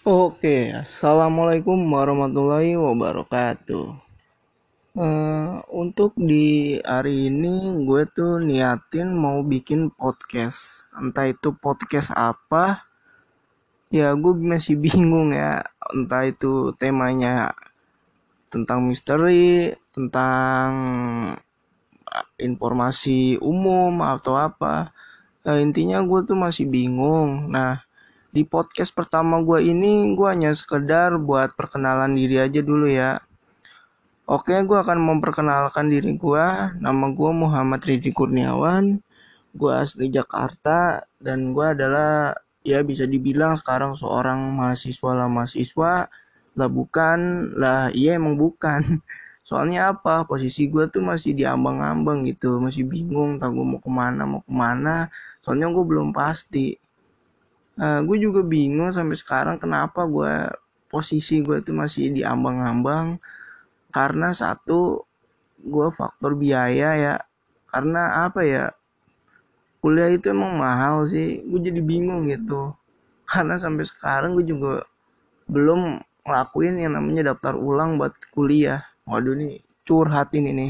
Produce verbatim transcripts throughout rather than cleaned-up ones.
Oke, assalamualaikum warahmatullahi wabarakatuh. Eh, untuk di hari ini gue tuh niatin mau bikin podcast. Entah itu podcast apa, ya gue masih bingung ya. Entah itu temanya tentang misteri, tentang eh, informasi umum atau apa. Eh, intinya gue tuh masih bingung. Nah, di podcast pertama gue ini gue hanya sekedar buat perkenalan diri aja dulu ya. Oke, gue akan memperkenalkan diri gue. Nama gue Muhammad Rizik Kurniawan. Gue asli Jakarta dan gue adalah ya bisa dibilang sekarang seorang mahasiswa lah mahasiswa lah bukan lah iya emang bukan. Soalnya apa? Posisi gue tuh masih diambang-ambang gitu, masih bingung tak gue mau kemana mau kemana. Soalnya gue belum pasti. Nah, gue juga bingung sampai sekarang kenapa gue posisi gue itu masih diambang-ambang. Karena satu, gue faktor biaya ya. Karena apa ya, kuliah itu emang mahal sih. Gue jadi bingung gitu. Karena sampai sekarang gue juga belum ngelakuin yang namanya daftar ulang buat kuliah. Waduh nih, curhat ini nih.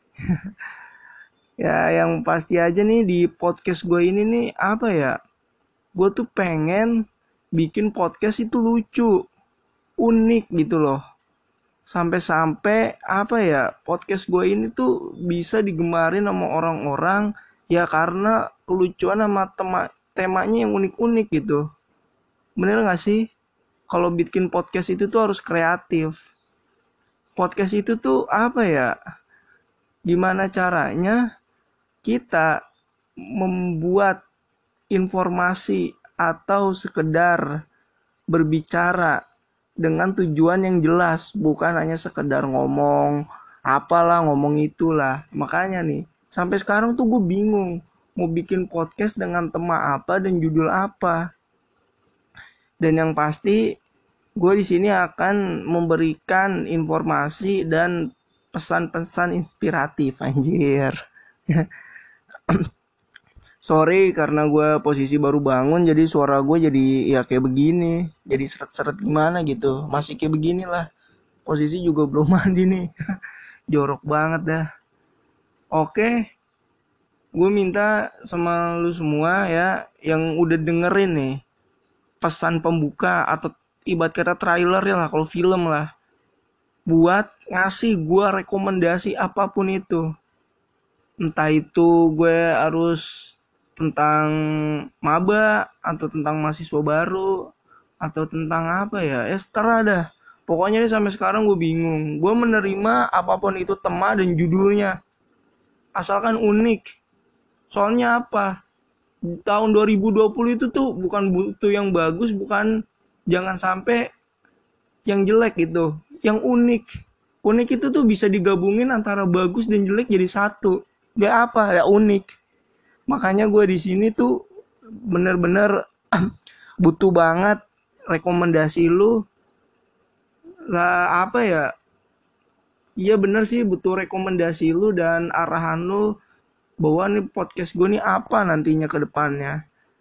Ya yang pasti aja nih di podcast gue ini nih apa ya, gue tuh pengen bikin podcast itu lucu, unik gitu loh. Sampai-sampai apa ya, podcast gue ini tuh bisa digemarin sama orang-orang ya karena kelucuan sama tema temanya yang unik-unik gitu. Bener gak sih? Kalau bikin podcast itu tuh harus kreatif. Podcast itu tuh apa ya, gimana caranya kita membuat informasi atau sekedar berbicara dengan tujuan yang jelas, bukan hanya sekedar ngomong apalah ngomong itulah. Makanya nih sampai sekarang tuh gue bingung mau bikin podcast dengan tema apa dan judul apa. Dan yang pasti gue di sini akan memberikan informasi dan pesan-pesan inspiratif anjir. Sorry karena gue posisi baru bangun jadi suara gue jadi ya kayak begini. Jadi seret-seret gimana gitu. Masih kayak beginilah. Posisi juga belum mandi nih. Jorok banget dah. Oke, gue minta sama lu semua ya yang udah dengerin nih pesan pembuka atau ibarat kata trailer ya lah kalau film lah. Buat ngasih gue rekomendasi apapun itu. Entah itu gue harus tentang maba atau tentang mahasiswa baru atau tentang apa ya, ya setara dah. Pokoknya nih sampai sekarang gue bingung. Gue menerima apapun itu tema dan judulnya, asalkan unik. Soalnya apa? Tahun dua ribu dua puluh itu tuh bukan butuh yang bagus, bukan jangan sampai yang jelek gitu. Yang unik. Unik itu tuh bisa digabungin antara bagus dan jelek jadi satu. Dia apa? Ya unik. Makanya gue di sini tuh bener-bener butuh banget rekomendasi lu lah apa ya. Iya bener sih butuh rekomendasi lu dan arahan lu bahwa nih podcast gue nih apa nantinya ke depannya.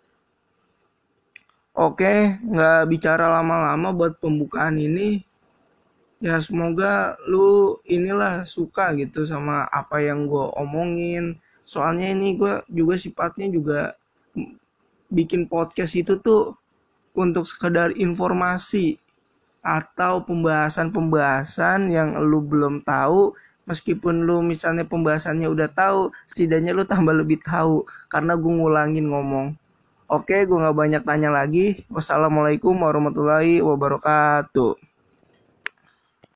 Oke, nggak bicara lama-lama buat pembukaan ini. Ya semoga lu inilah suka gitu sama apa yang gue omongin. Soalnya ini gue juga sifatnya juga bikin podcast itu tuh untuk sekedar informasi atau pembahasan-pembahasan yang lu belum tahu, meskipun lu misalnya pembahasannya udah tahu, setidaknya lu tambah lebih tahu karena gue ngulangin ngomong. Oke, gue nggak banyak tanya lagi. Wassalamualaikum warahmatullahi wabarakatuh.